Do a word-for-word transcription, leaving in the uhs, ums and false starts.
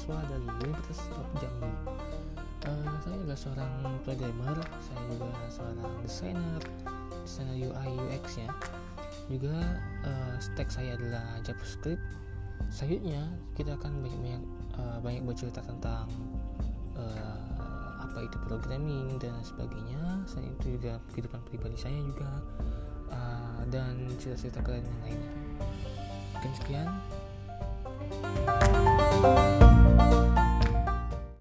mahasiswa dari University of Jambi. Uh, saya adalah seorang programmer, saya juga seorang desainer, desainer U I U X ya. Juga uh, stack saya adalah JavaScript. Selanjutnya kita akan banyak-banyak uh, banyak bercerita tentang uh, apa itu programming dan sebagainya. Selain itu juga kehidupan pribadi saya juga uh, dan cerita-cerita keren yang lainnya. Mungkin sekian.